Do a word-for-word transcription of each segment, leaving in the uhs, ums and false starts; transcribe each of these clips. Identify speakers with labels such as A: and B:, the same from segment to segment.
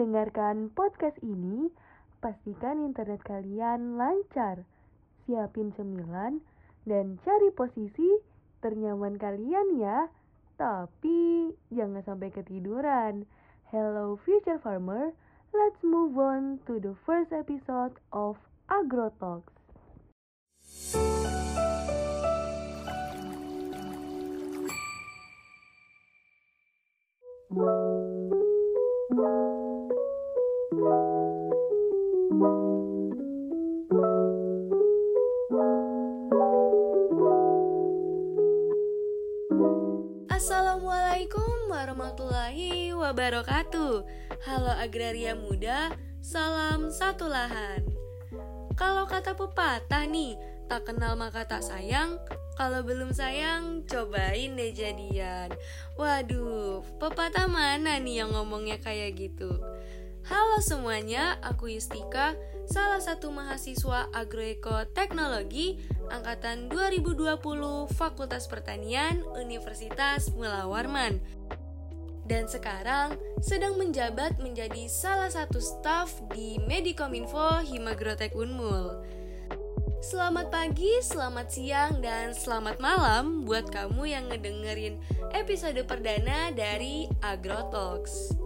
A: mendengarkan podcast ini, pastikan internet kalian lancar. Siapin cemilan dan cari posisi ternyaman kalian ya. Tapi jangan sampai ketiduran. Hello future farmer, let's move on to the first episode of AgroTalks.
B: Assalamualaikum warahmatullahi wabarakatuh. Halo agraria muda, salam satu lahan. Kalau kata pepatah nih, tak kenal maka tak sayang. Kalau belum sayang, cobain deh jadian. Waduh, pepatah mana nih yang ngomongnya kayak gitu? Halo semuanya, aku Yustika, salah satu mahasiswa Agroekoteknologi Angkatan dua ribu dua puluh Fakultas Pertanian Universitas Mula Warman. Dan sekarang sedang menjabat menjadi salah satu staf di Medikominfo Himagrotek Unmul. Selamat pagi, selamat siang, dan selamat malam buat kamu yang ngedengerin episode perdana dari AgroTalks.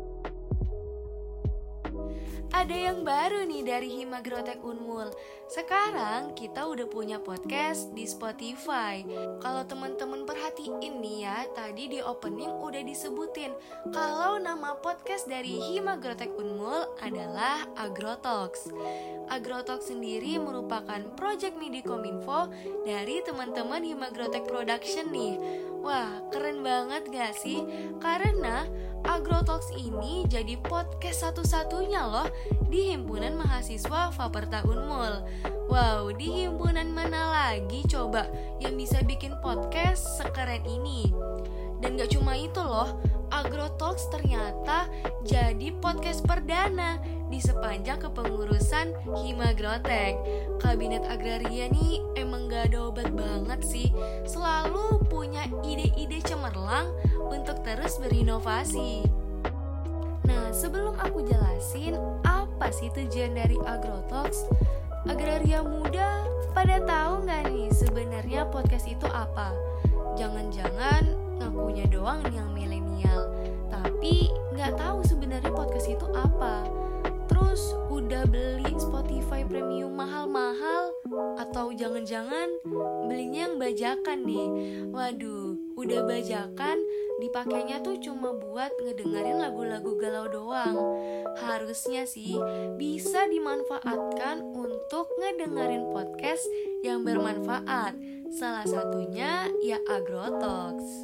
B: Ada yang baru nih dari Himagrotek Unmul. Sekarang kita udah punya podcast di Spotify. Kalau teman-teman perhatiin nih ya, tadi di opening udah disebutin kalau nama podcast dari Himagrotek Unmul adalah AgroTalks. AgroTalks sendiri merupakan project Medikominfo dari teman-teman Himagrotek Production nih. Wah, keren banget gak sih? Karena AgroTalks ini jadi podcast satu-satunya loh di himpunan mahasiswa Faperta Unmul. Wow, di himpunan mana lagi coba yang bisa bikin podcast sekeren ini? Dan gak cuma itu loh, AgroTalks ternyata jadi podcast perdana di sepanjang kepengurusan Himagrotek. Kabinet Agraria nih emang gak ada obat banget sih. Selalu punya ide-ide cemerlang untuk terus berinovasi. Nah, sebelum aku jelasin apa sih tujuan dari AgroTalks, agraria muda pada tahu gak nih sebenarnya podcast itu apa? Jangan-jangan ngakunya doang nih yang milenial, tapi gak tahu sebenarnya podcast itu apa. Terus udah beli Spotify Premium mahal-mahal, atau jangan-jangan belinya yang bajakan nih. Waduh, udah bajakan dipakainya tuh cuma buat ngedengerin lagu-lagu galau doang. Harusnya sih bisa dimanfaatkan untuk ngedengerin podcast yang bermanfaat. Salah satunya ya AgroTalks.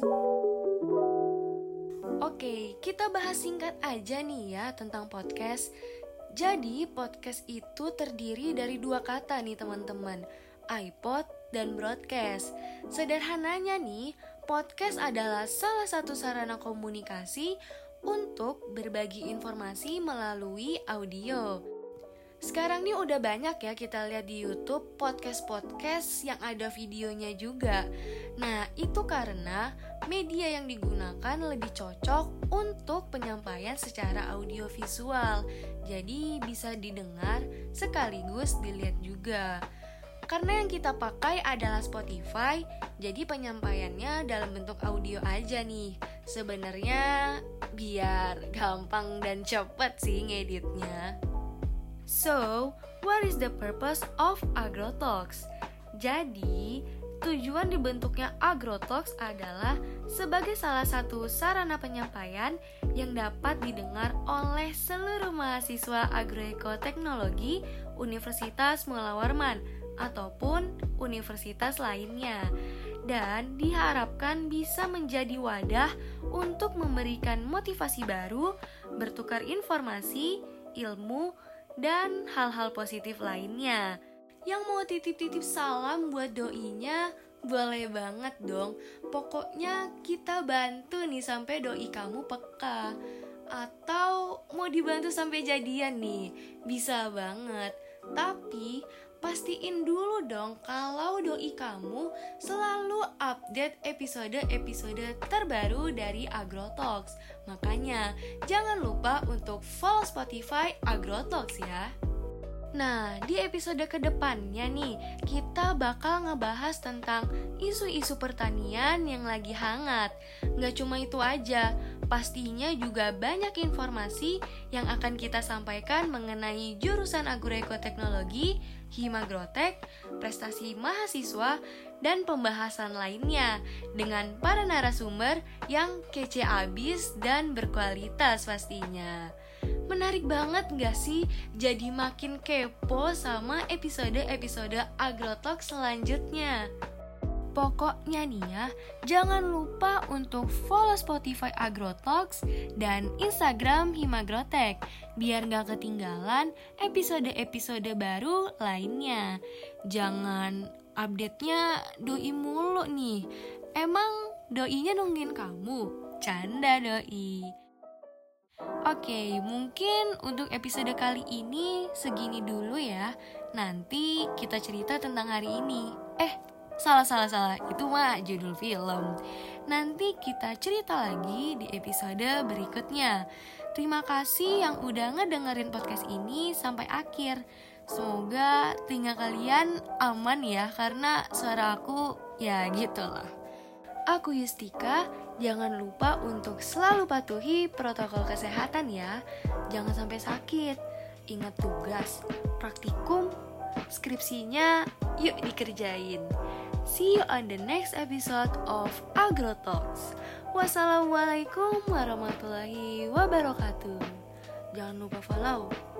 B: Oke, kita bahas singkat aja nih ya tentang podcast. Jadi podcast itu terdiri dari dua kata nih teman-teman, iPod dan broadcast. Sederhananya nih, podcast adalah salah satu sarana komunikasi untuk berbagi informasi melalui audio. Sekarang nih udah banyak ya kita lihat di YouTube podcast-podcast yang ada videonya juga. Nah, itu karena media yang digunakan lebih cocok untuk penyampaian secara audiovisual. Jadi bisa didengar sekaligus dilihat juga. Karena yang kita pakai adalah Spotify, jadi penyampaiannya dalam bentuk audio aja nih. Sebenarnya biar gampang dan cepet sih ngeditnya. So, what is the purpose of AgroTalks? Jadi, tujuan dibentuknya AgroTalks adalah sebagai salah satu sarana penyampaian yang dapat didengar oleh seluruh mahasiswa Agroekoteknologi Universitas Mula Warman ataupun universitas lainnya, dan diharapkan bisa menjadi wadah untuk memberikan motivasi baru, bertukar informasi, ilmu, dan hal-hal positif lainnya. Yang mau titip-titip salam buat doinya, boleh banget dong. Pokoknya kita bantu nih sampai doi kamu peka. Atau mau dibantu sampai jadian nih, bisa banget. Tapi pastiin dulu dong kalau doi kamu selalu update episode-episode terbaru dari Agrotalks. Makanya jangan lupa untuk follow Spotify Agrotalks ya. Nah, di episode kedepannya nih, kita bakal ngebahas tentang isu-isu pertanian yang lagi hangat. Nggak cuma itu aja, pastinya juga banyak informasi yang akan kita sampaikan mengenai jurusan agroekoteknologi, Himagrotek, prestasi mahasiswa, dan pembahasan lainnya dengan para narasumber yang kece abis dan berkualitas pastinya. Menarik banget gak sih? Jadi makin kepo sama episode-episode Agrotalks selanjutnya. Pokoknya nih ya, jangan lupa untuk follow Spotify Agrotalks dan Instagram Himagrotek biar gak ketinggalan episode-episode baru lainnya. Jangan update-nya doi mulu nih. Emang doinya nungguin kamu? Canda doi. Oke, mungkin untuk episode kali ini segini dulu ya. Nanti kita cerita tentang hari ini. Eh, salah salah salah, itu mah judul film. Nanti kita cerita lagi di episode berikutnya. Terima kasih yang udah ngedengerin podcast ini sampai akhir. Semoga telinga kalian aman ya, karena suara aku ya gitulah. Aku Yustika, jangan lupa untuk selalu patuhi protokol kesehatan ya. Jangan sampai sakit. Ingat tugas, praktikum, skripsinya yuk dikerjain. See you on the next episode of Agrotalks. Wassalamualaikum warahmatullahi wabarakatuh. Jangan lupa follow.